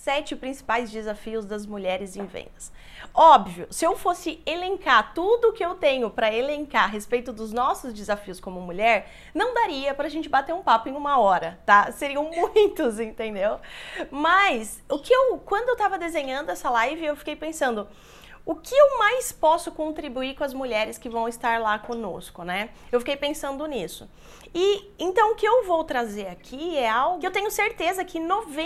7 principais desafios das mulheres em vendas. Óbvio, se eu fosse elencar tudo que eu tenho para elencar a respeito dos nossos desafios como mulher, não daria pra gente bater um papo em 1 hora, tá? Seriam muitos, entendeu? Mas, quando eu tava desenhando essa live, eu fiquei pensando, o que eu mais posso contribuir com as mulheres que vão estar lá conosco, né? Eu fiquei pensando nisso. E então o que eu vou trazer aqui é algo que eu tenho certeza que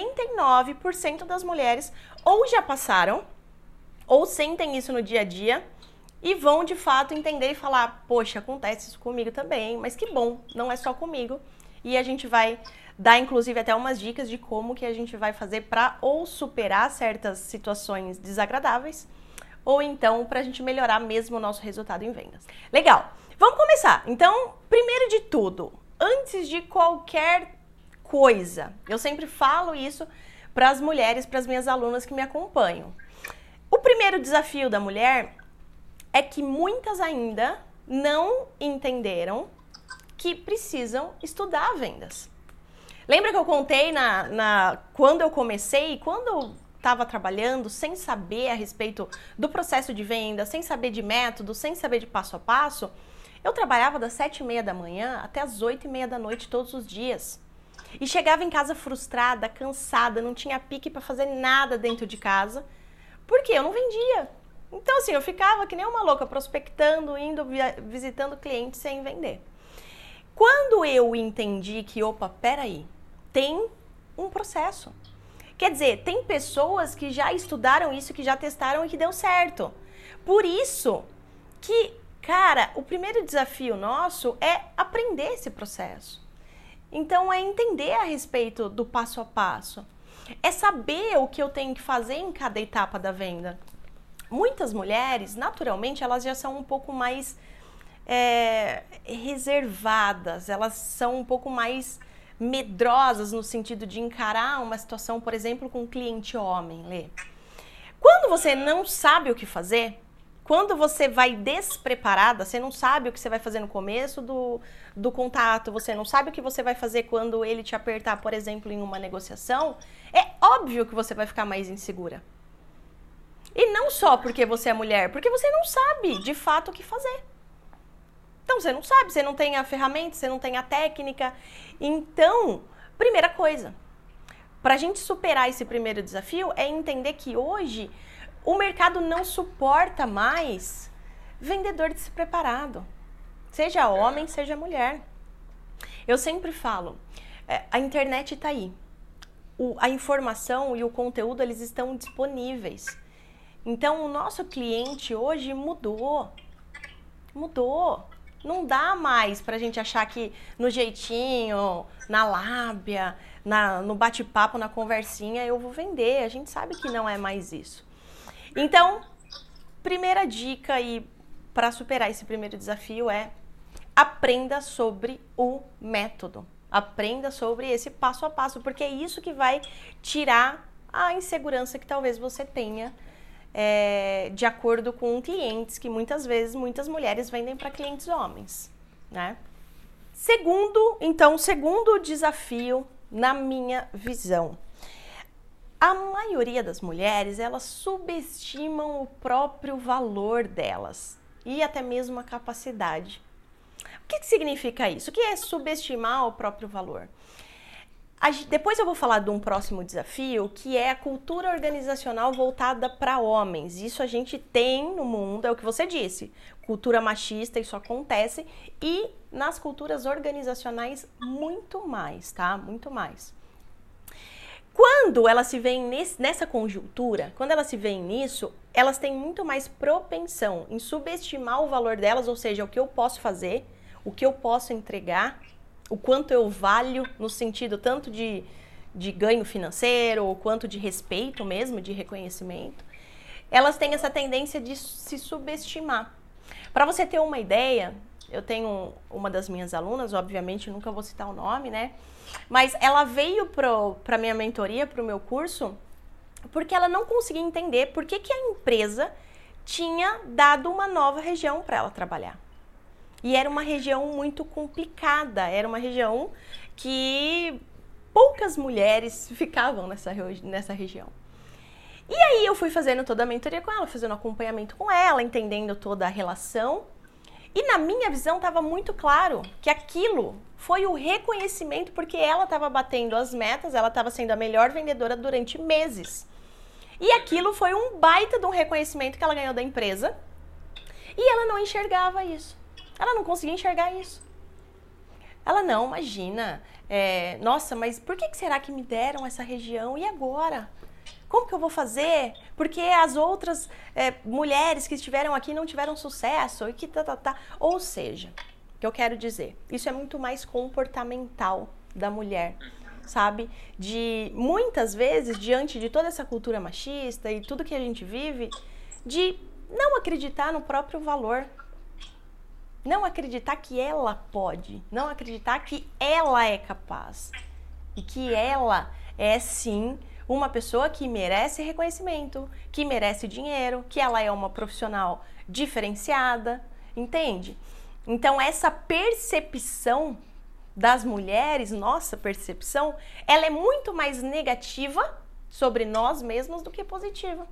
99% das mulheres ou já passaram, ou sentem isso no dia a dia, e vão de fato entender e falar, poxa, acontece isso comigo também, mas que bom, não é só comigo. E a gente vai dar inclusive até umas dicas de como que a gente vai fazer para ou superar certas situações desagradáveis, ou então para a gente melhorar mesmo o nosso resultado em vendas. Legal, vamos começar. Então, primeiro de tudo, antes de qualquer coisa, eu sempre falo isso para as mulheres, para as minhas alunas que me acompanham. O primeiro desafio da mulher é que muitas ainda não entenderam que precisam estudar vendas. Lembra que eu contei quando eu comecei, quando eu estava trabalhando sem saber a respeito do processo de venda, sem saber de método, sem saber de passo a passo, eu trabalhava das 7h30 da manhã até as 8h30 da noite todos os dias. E chegava em casa frustrada, cansada, não tinha pique para fazer nada dentro de casa, porque eu não vendia. Então assim, eu ficava que nem uma louca prospectando, indo visitando clientes sem vender. Quando eu entendi que, opa, peraí, tem um processo. Quer dizer, tem pessoas que já estudaram isso, que já testaram e que deu certo. Por isso que, cara, o primeiro desafio nosso é aprender esse processo. Então, é entender a respeito do passo a passo. É saber o que eu tenho que fazer em cada etapa da venda. Muitas mulheres, naturalmente, elas já são um pouco mais reservadas, elas são um pouco mais medrosas no sentido de encarar uma situação, por exemplo, com um cliente homem, Lê. Quando você não sabe o que fazer, quando você vai despreparada, você não sabe o que você vai fazer no começo do contato, você não sabe o que você vai fazer quando ele te apertar, por exemplo, em uma negociação, é óbvio que você vai ficar mais insegura. E não só porque você é mulher, porque você não sabe de fato o que fazer. Então, você não sabe, você não tem a ferramenta, você não tem a técnica. Então, primeira coisa, para a gente superar esse primeiro desafio é entender que hoje o mercado não suporta mais vendedor despreparado. Seja homem, seja mulher. Eu sempre falo, a internet está aí. A informação e o conteúdo, eles estão disponíveis. Então, o nosso cliente hoje mudou. Não dá mais pra gente achar que no jeitinho, na lábia, no bate-papo, na conversinha, eu vou vender. A gente sabe que não é mais isso. Então, primeira dica aí para superar esse primeiro desafio é aprenda sobre o método. Aprenda sobre esse passo a passo, porque é isso que vai tirar a insegurança que talvez você tenha de acordo com clientes que muitas vezes, muitas mulheres vendem para clientes homens, né? Segundo desafio, na minha visão, a maioria das mulheres, elas subestimam o próprio valor delas e até mesmo a capacidade. O que significa isso? O que é subestimar o próprio valor? Depois eu vou falar de um próximo desafio, que é a cultura organizacional voltada para homens. Isso a gente tem no mundo, é o que você disse. Cultura machista, isso acontece. E nas culturas organizacionais, muito mais, tá? Muito mais. Quando elas se veem nessa conjuntura, quando elas se veem nisso, elas têm muito mais propensão em subestimar o valor delas, ou seja, o que eu posso fazer, o que eu posso entregar, o quanto eu valho no sentido tanto de ganho financeiro, ou quanto de respeito mesmo, de reconhecimento. Elas têm essa tendência de se subestimar. Para você ter uma ideia, eu tenho uma das minhas alunas, obviamente nunca vou citar o nome, né? Mas ela veio para minha mentoria, para o meu curso, porque ela não conseguia entender por que a empresa tinha dado uma nova região para ela trabalhar. E era uma região muito complicada, era uma região que poucas mulheres ficavam nessa região. Aí eu fui fazendo toda a mentoria com ela, fazendo acompanhamento com ela, entendendo toda a relação. E na minha visão estava muito claro que aquilo foi o reconhecimento, porque ela estava batendo as metas, ela estava sendo a melhor vendedora durante meses. E aquilo foi um baita de um reconhecimento que ela ganhou da empresa. E ela não enxergava isso. Ela não conseguia enxergar isso. Ela não, imagina. Nossa, mas por que será que me deram essa região? E agora? Como que eu vou fazer? Porque as outras mulheres que estiveram aqui não tiveram sucesso. E que tá. Ou seja, o que eu quero dizer, isso é muito mais comportamental da mulher, sabe? De muitas vezes, diante de toda essa cultura machista e tudo que a gente vive, de não acreditar no próprio valor. Não acreditar que ela pode, não acreditar que ela é capaz e que ela é sim uma pessoa que merece reconhecimento, que merece dinheiro, que ela é uma profissional diferenciada, entende? Então essa percepção das mulheres, nossa percepção, ela é muito mais negativa sobre nós mesmos do que positiva.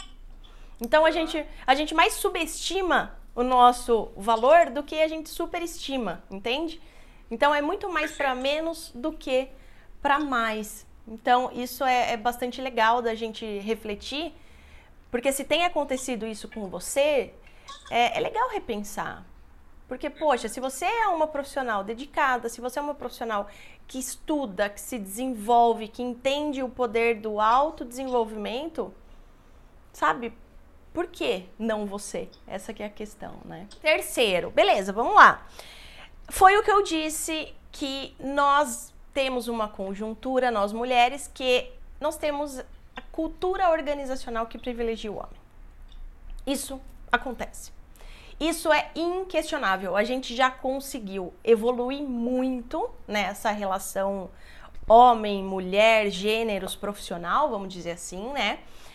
Então a gente mais subestima o nosso valor do que a gente superestima, entende? Então é muito mais para menos do que para mais. Então isso é bastante legal da gente refletir, porque se tem acontecido isso com você, é legal repensar. Porque, poxa, se você é uma profissional dedicada, se você é uma profissional que estuda, que se desenvolve, que entende o poder do autodesenvolvimento, sabe? Por que não você? Essa que é a questão, né? Terceiro, beleza, vamos lá. Foi o que eu disse, que nós temos uma conjuntura, nós mulheres, que nós temos a cultura organizacional que privilegia o homem. Isso acontece. Isso é inquestionável. A gente já conseguiu evoluir muito nessa relação homem, mulher, gêneros, profissional, vamos dizer assim, né?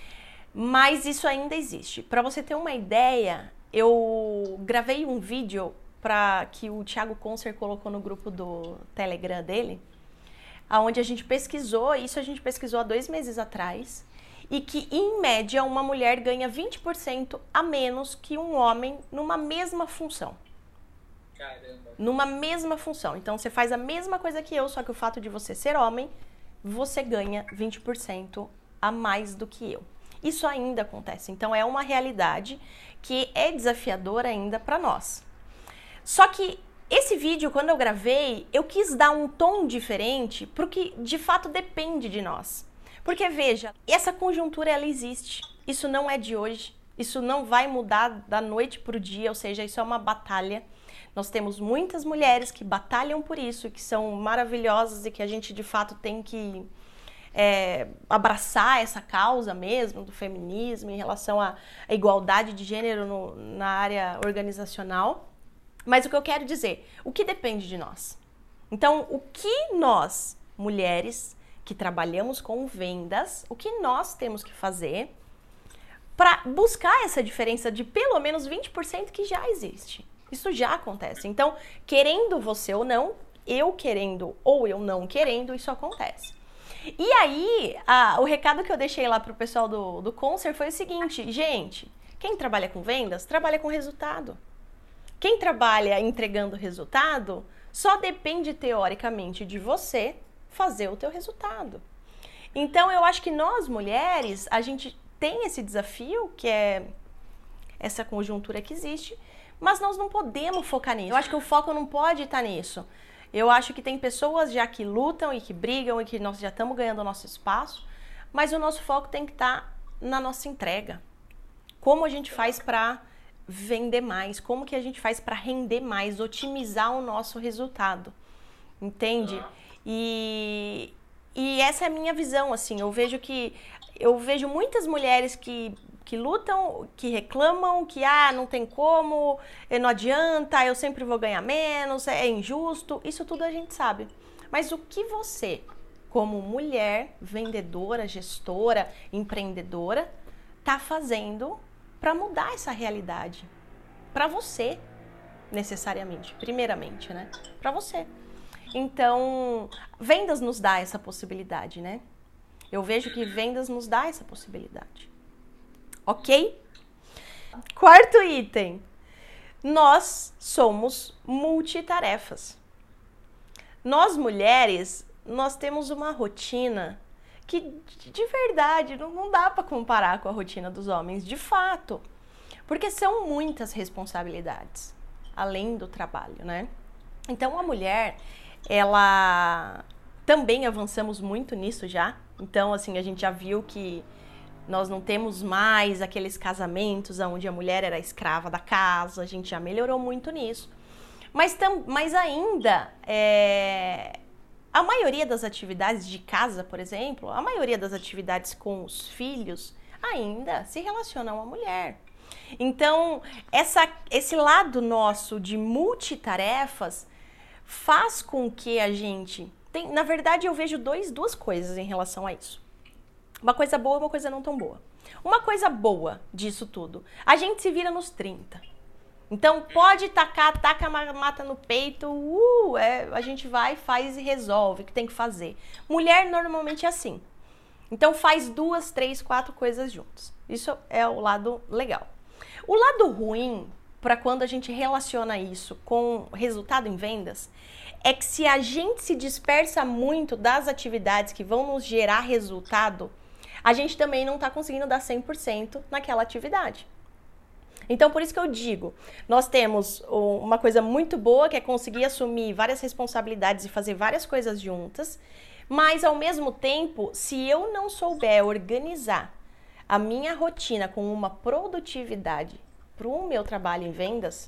Mas isso ainda existe. Para você ter uma ideia, eu gravei um vídeo que o Thiago Concer colocou no grupo do Telegram dele, onde a gente pesquisou, isso a gente pesquisou há 2 meses atrás, e que, em média, uma mulher ganha 20% a menos que um homem numa mesma função. Caramba. Numa mesma função. Então, você faz a mesma coisa que eu, só que o fato de você ser homem, você ganha 20% a mais do que eu. Isso ainda acontece. Então, é uma realidade que é desafiadora ainda para nós. Só que esse vídeo, quando eu gravei, eu quis dar um tom diferente pro que de fato depende de nós. Porque, veja, essa conjuntura, ela existe. Isso não é de hoje. Isso não vai mudar da noite pro dia, ou seja, isso é uma batalha. Nós temos muitas mulheres que batalham por isso, que são maravilhosas e que a gente, de fato, tem que abraçar essa causa mesmo do feminismo em relação à igualdade de gênero na área organizacional. Mas o que eu quero dizer, o que depende de nós? Então, o que nós, mulheres que trabalhamos com vendas, o que nós temos que fazer para buscar essa diferença de pelo menos 20% que já existe? Isso já acontece. Então, querendo você ou não, eu querendo ou eu não querendo, isso acontece. E aí, o recado que eu deixei lá pro pessoal do Concer foi o seguinte, gente, quem trabalha com vendas, trabalha com resultado. Quem trabalha entregando resultado, só depende teoricamente de você fazer o teu resultado. Então, eu acho que nós, mulheres, a gente tem esse desafio, que é essa conjuntura que existe, mas nós não podemos focar nisso. Eu acho que o foco não pode estar nisso. Eu acho que tem pessoas já que lutam e que brigam e que nós já estamos ganhando o nosso espaço, mas o nosso foco tem que estar na nossa entrega. Como a gente faz para vender mais? Como que a gente faz para render mais, otimizar o nosso resultado? Entende? E essa é a minha visão, assim. Eu vejo muitas mulheres que lutam, que reclamam, que não tem como, não adianta, eu sempre vou ganhar menos, é injusto, isso tudo a gente sabe. Mas o que você, como mulher, vendedora, gestora, empreendedora, tá fazendo para mudar essa realidade? Para você, necessariamente, primeiramente, né? Para você. Então, vendas nos dá essa possibilidade, né? Eu vejo que vendas nos dá essa possibilidade. ok? Quarto item. Nós somos multitarefas. Nós mulheres, nós temos uma rotina que de verdade não dá para comparar com a rotina dos homens, de fato. Porque são muitas responsabilidades, além do trabalho, né? Então a mulher, ela também avançamos muito nisso já. Então, assim, a gente já viu que nós não temos mais aqueles casamentos onde a mulher era escrava da casa, a gente já melhorou muito nisso. Mas ainda, a maioria das atividades de casa, por exemplo, a maioria das atividades com os filhos ainda se relacionam à mulher. Então, esse lado nosso de multitarefas faz com que a gente... na verdade, eu vejo duas coisas em relação a isso. Uma coisa boa e uma coisa não tão boa. Uma coisa boa disso tudo, a gente se vira nos 30. Então, pode taca a mata no peito, a gente vai, faz e resolve o que tem que fazer. Mulher normalmente é assim. Então, faz 2, 3, 4 coisas juntas. Isso é o lado legal. O lado ruim, para quando a gente relaciona isso com resultado em vendas, é que se a gente se dispersa muito das atividades que vão nos gerar resultado, a gente também não está conseguindo dar 100% naquela atividade. Então, por isso que eu digo, nós temos uma coisa muito boa, que é conseguir assumir várias responsabilidades e fazer várias coisas juntas, mas, ao mesmo tempo, se eu não souber organizar a minha rotina com uma produtividade para o meu trabalho em vendas,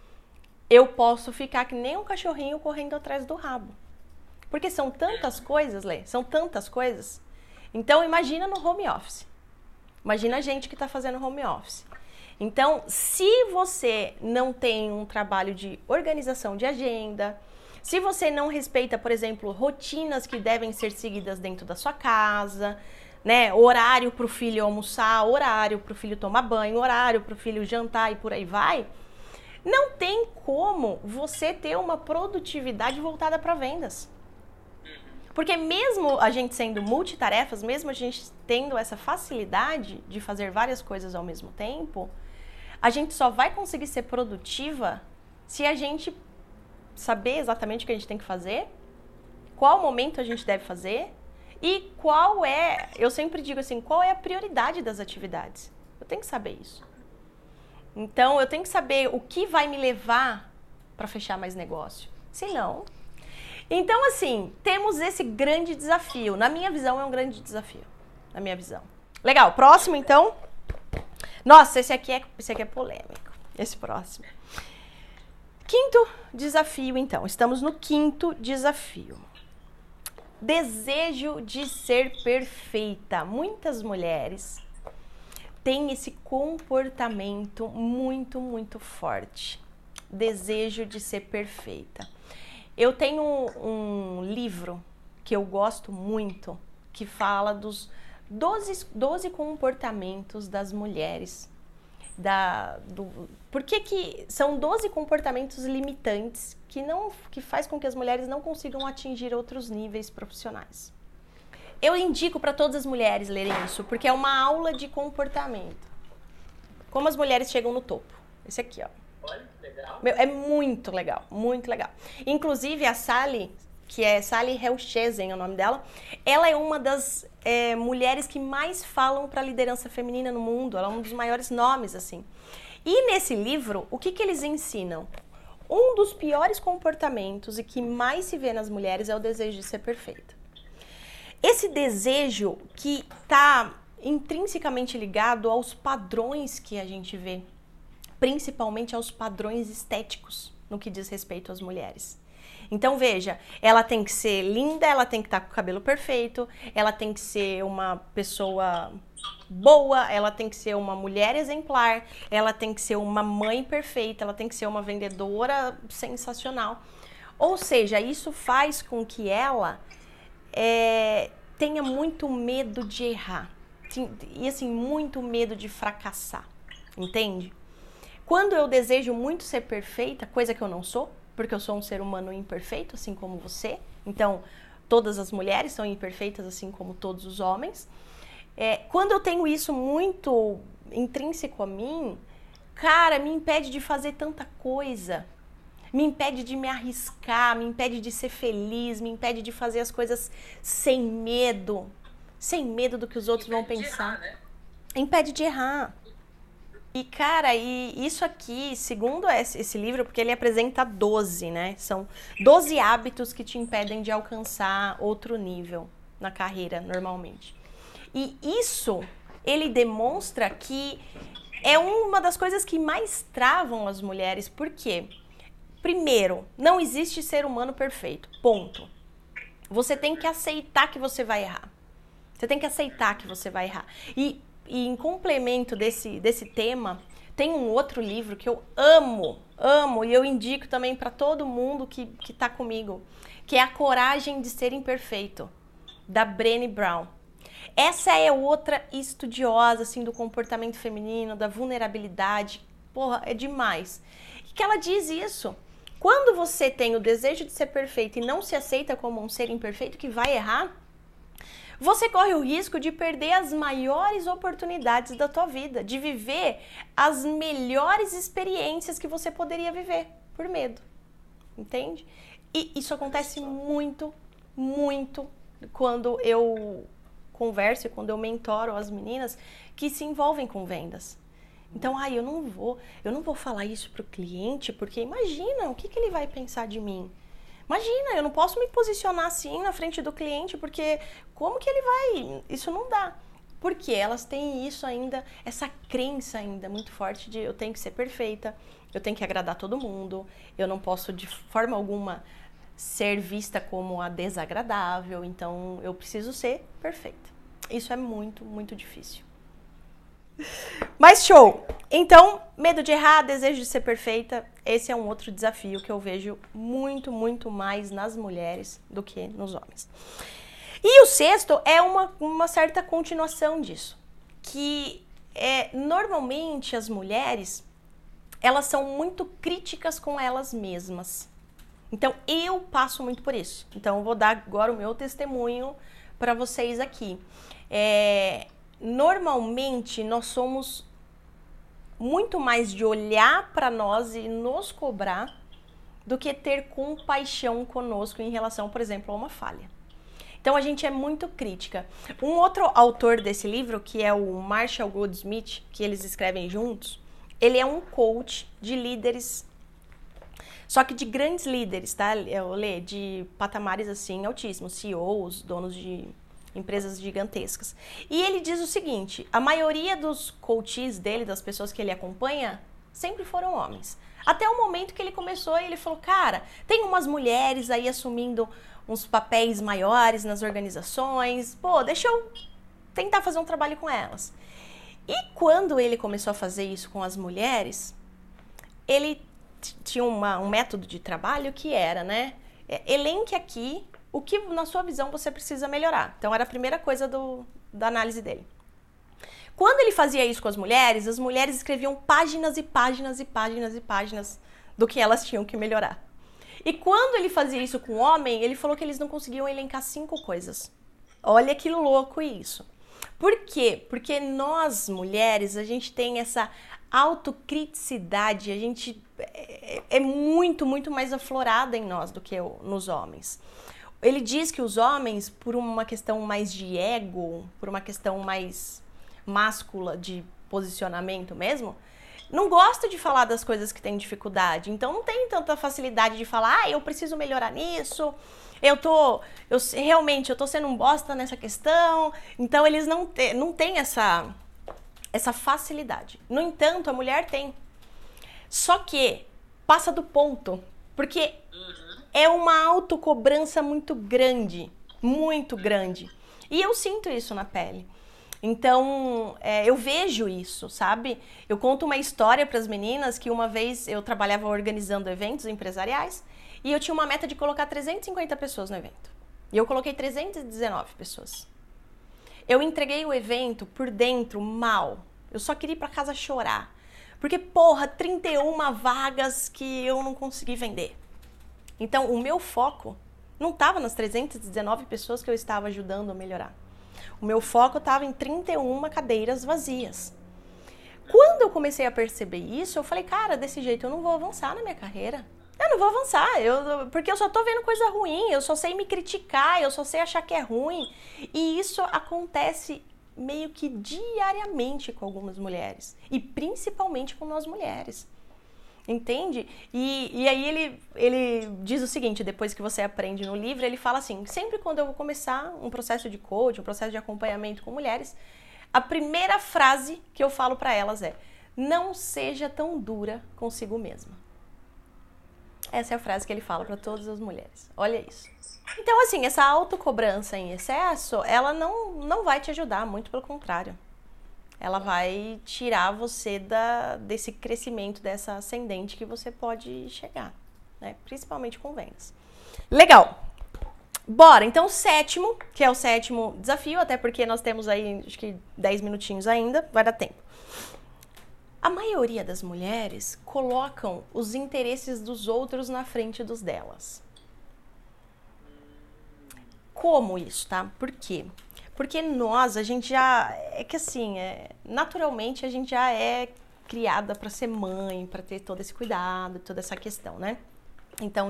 eu posso ficar que nem um cachorrinho correndo atrás do rabo. Porque são tantas coisas, Lê, são tantas coisas. Então, imagina no home office. Imagina a gente que está fazendo home office. Então, se você não tem um trabalho de organização de agenda, se você não respeita, por exemplo, rotinas que devem ser seguidas dentro da sua casa, né? Horário para o filho almoçar, horário para o filho tomar banho, horário para o filho jantar e por aí vai, não tem como você ter uma produtividade voltada para vendas. Porque mesmo a gente sendo multitarefas, mesmo a gente tendo essa facilidade de fazer várias coisas ao mesmo tempo, a gente só vai conseguir ser produtiva se a gente saber exatamente o que a gente tem que fazer, qual momento a gente deve fazer e qual é, eu sempre digo assim, qual é a prioridade das atividades. Eu tenho que saber isso. Então, eu tenho que saber o que vai me levar para fechar mais negócio. Se não... Então, assim, temos esse grande desafio. Na minha visão, é um grande desafio. Na minha visão. Legal, próximo, então. Nossa, esse aqui é polêmico. Esse próximo. Quinto desafio, então. Estamos no quinto desafio. Desejo de ser perfeita. Muitas mulheres têm esse comportamento muito, muito forte. Desejo de ser perfeita. Eu tenho um livro que eu gosto muito, que fala dos 12 comportamentos das mulheres. Por que são 12 comportamentos limitantes que faz com que as mulheres não consigam atingir outros níveis profissionais. Eu indico para todas as mulheres lerem isso, porque é uma aula de comportamento. Como as mulheres chegam no topo. Esse aqui, ó. Olha, legal. É muito legal, muito legal. Inclusive, a Sally, que é Sally Helshesen, é o nome dela, ela é uma das mulheres que mais falam para a liderança feminina no mundo. Ela é um dos maiores nomes, assim. E nesse livro, o que eles ensinam? Um dos piores comportamentos e que mais se vê nas mulheres é o desejo de ser perfeita. Esse desejo que está intrinsecamente ligado aos padrões que a gente vê, principalmente aos padrões estéticos no que diz respeito às mulheres. Então, veja, ela tem que ser linda, ela tem que estar com o cabelo perfeito, ela tem que ser uma pessoa boa, ela tem que ser uma mulher exemplar, ela tem que ser uma mãe perfeita, ela tem que ser uma vendedora sensacional. Ou seja, isso faz com que ela tenha muito medo de errar e, assim, muito medo de fracassar, entende? Quando eu desejo muito ser perfeita, coisa que eu não sou, porque eu sou um ser humano imperfeito, assim como você. Então, todas as mulheres são imperfeitas, assim como todos os homens. Quando eu tenho isso muito intrínseco a mim, cara, me impede de fazer tanta coisa. Me impede de me arriscar, me impede de ser feliz, me impede de fazer as coisas sem medo do que os outros vão pensar. Errar, né? Impede de errar. E, cara, isso aqui, segundo esse livro, porque ele apresenta 12, né? São 12 hábitos que te impedem de alcançar outro nível na carreira, normalmente. E isso, ele demonstra que é uma das coisas que mais travam as mulheres. Por quê? Primeiro, não existe ser humano perfeito. Ponto. Você tem que aceitar que você vai errar. Você tem que aceitar que você vai errar. E em complemento desse tema, tem um outro livro que eu amo, e eu indico também para todo mundo que tá comigo, que é A Coragem de Ser Imperfeito, da Brené Brown. Essa é outra estudiosa, assim, do comportamento feminino, da vulnerabilidade. Porra, é demais. E que ela diz isso. Quando você tem o desejo de ser perfeito e não se aceita como um ser imperfeito que vai errar, você corre o risco de perder as maiores oportunidades da tua vida, de viver as melhores experiências que você poderia viver, por medo. Entende? E isso acontece muito, muito quando eu converso, quando eu mentoro as meninas que se envolvem com vendas. Então, eu não vou falar isso pro cliente, porque imagina, o que ele vai pensar de mim? Imagina, eu não posso me posicionar assim na frente do cliente, porque como que ele vai? Isso não dá. Porque elas têm isso ainda, essa crença ainda muito forte de eu tenho que ser perfeita, eu tenho que agradar todo mundo, eu não posso de forma alguma ser vista como a desagradável, então eu preciso ser perfeita. Isso é muito, muito difícil. Mas show! Então, medo de errar, desejo de ser perfeita, esse é um outro desafio que eu vejo muito, muito mais nas mulheres do que nos homens. E o sexto é uma certa continuação disso, que normalmente as mulheres, elas são muito críticas com elas mesmas. Então, eu passo muito por isso. Então, eu vou dar agora o meu testemunho para vocês aqui. Normalmente, nós somos muito mais de olhar para nós e nos cobrar do que ter compaixão conosco em relação, por exemplo, a uma falha. Então, a gente é muito crítica. Um outro autor desse livro, que é o Marshall Goldsmith, que eles escrevem juntos, ele é um coach de líderes, só que de grandes líderes, tá? De patamares assim, altíssimos, CEOs, donos de empresas gigantescas. E ele diz o seguinte, a maioria dos coaches dele, das pessoas que ele acompanha, sempre foram homens. Até o momento que ele começou, ele falou, cara, tem umas mulheres aí assumindo uns papéis maiores nas organizações, deixa eu tentar fazer um trabalho com elas. E quando ele começou a fazer isso com as mulheres, ele tinha um método de trabalho que era, né, elenque aqui o que, na sua visão, você precisa melhorar. Então, era a primeira coisa da análise dele. Quando ele fazia isso com as mulheres escreviam páginas e páginas e páginas e páginas do que elas tinham que melhorar. E quando ele fazia isso com o homem, ele falou que eles não conseguiam elencar 5 coisas. Olha que louco isso. Por quê? Porque nós, mulheres, a gente tem essa autocriticidade, a gente é muito, muito mais aflorada em nós do que nos homens. Ele diz que os homens, por uma questão mais de ego, por uma questão mais máscula de posicionamento mesmo, não gosta de falar das coisas que tem dificuldade. Então não tem tanta facilidade de falar, eu preciso melhorar nisso, eu tô sendo um bosta nessa questão. Então eles não têm essa facilidade. No entanto, a mulher tem. Só que passa do ponto, porque é uma autocobrança muito grande, muito grande. E eu sinto isso na pele. Então, eu vejo isso, sabe? Eu conto uma história para as meninas que uma vez eu trabalhava organizando eventos empresariais e eu tinha uma meta de colocar 350 pessoas no evento. E eu coloquei 319 pessoas. Eu entreguei o evento por dentro mal. Eu só queria ir para casa chorar. Porque, 31 vagas que eu não consegui vender. Então, o meu foco não estava nas 319 pessoas que eu estava ajudando a melhorar. O meu foco estava em 31 cadeiras vazias. Quando eu comecei a perceber isso, eu falei, cara, desse jeito eu não vou avançar na minha carreira. Eu não vou avançar, porque eu só tô vendo coisa ruim, eu só sei me criticar, eu só sei achar que é ruim. E isso acontece meio que diariamente com algumas mulheres. E principalmente com nós mulheres. Entende? E aí ele diz o seguinte, depois que você aprende no livro, ele fala assim, sempre quando eu vou começar um processo de coaching, um processo de acompanhamento com mulheres, a primeira frase que eu falo para elas é, não seja tão dura consigo mesma. Essa é a frase que ele fala para todas as mulheres. Olha isso. Então, assim, essa autocobrança em excesso, ela não vai te ajudar, muito pelo contrário. Ela vai tirar você desse crescimento, dessa ascendente que você pode chegar, né? Principalmente com vendas. Legal. Bora, então o sétimo, que é o sétimo desafio, até porque nós temos aí, acho que 10 minutinhos ainda, vai dar tempo. A maioria das mulheres colocam os interesses dos outros na frente dos delas. Como isso, tá? Por quê? Porque nós, a gente já... É que assim, naturalmente a gente já é criada para ser mãe, para ter todo esse cuidado, toda essa questão, né? Então,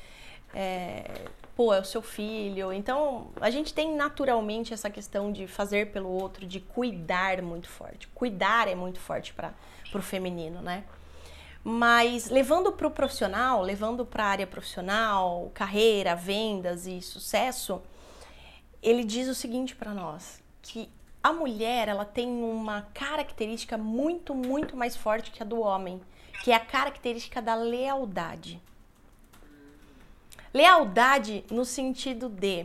pô, é o seu filho. Então, a gente tem naturalmente essa questão de fazer pelo outro, de cuidar muito forte. Cuidar é muito forte para o feminino, né? Mas levando para o profissional, levando para a área profissional, carreira, vendas e sucesso, ele diz o seguinte para nós, que a mulher, ela tem uma característica muito, muito mais forte que a do homem, que é a característica da lealdade. Lealdade no sentido de,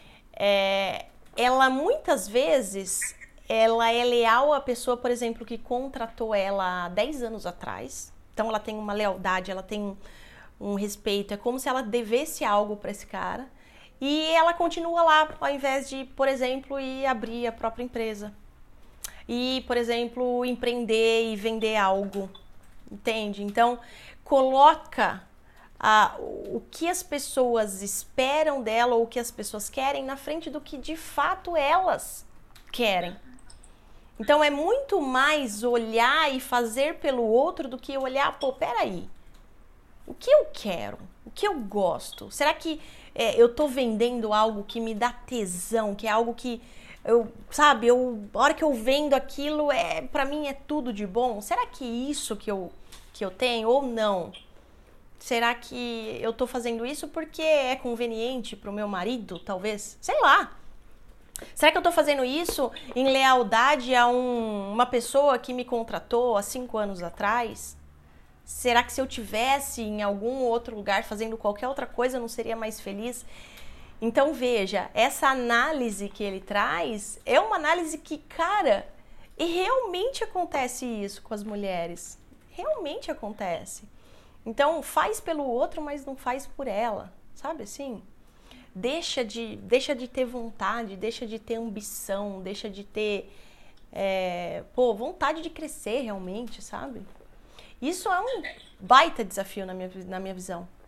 ela muitas vezes, ela é leal à pessoa, por exemplo, que contratou ela há 10 anos atrás. Então ela tem uma lealdade, ela tem um respeito, é como se ela devesse algo para esse cara. E ela continua lá, ao invés de, por exemplo, ir abrir a própria empresa. E, por exemplo, empreender e vender algo. Entende? Então, coloca o que as pessoas esperam dela ou o que as pessoas querem na frente do que de fato elas querem. Então, é muito mais olhar e fazer pelo outro do que olhar, pô, peraí, o que eu quero? O que eu gosto? Será que eu tô vendendo algo que me dá tesão, que é algo que a hora que eu vendo aquilo, pra mim é tudo de bom? Será que isso que eu tenho ou não? Será que eu tô fazendo isso porque é conveniente pro meu marido, talvez? Sei lá. Será que eu tô fazendo isso em lealdade a uma pessoa que me contratou há 5 anos atrás? Será que se eu tivesse em algum outro lugar fazendo qualquer outra coisa, eu não seria mais feliz? Então, veja, essa análise que ele traz é uma análise que, cara, e realmente acontece isso com as mulheres. Realmente acontece. Então, faz pelo outro, mas não faz por ela, sabe assim? Deixa de ter vontade, deixa de ter ambição, deixa de ter, vontade de crescer realmente, sabe? Isso é um baita desafio na minha visão.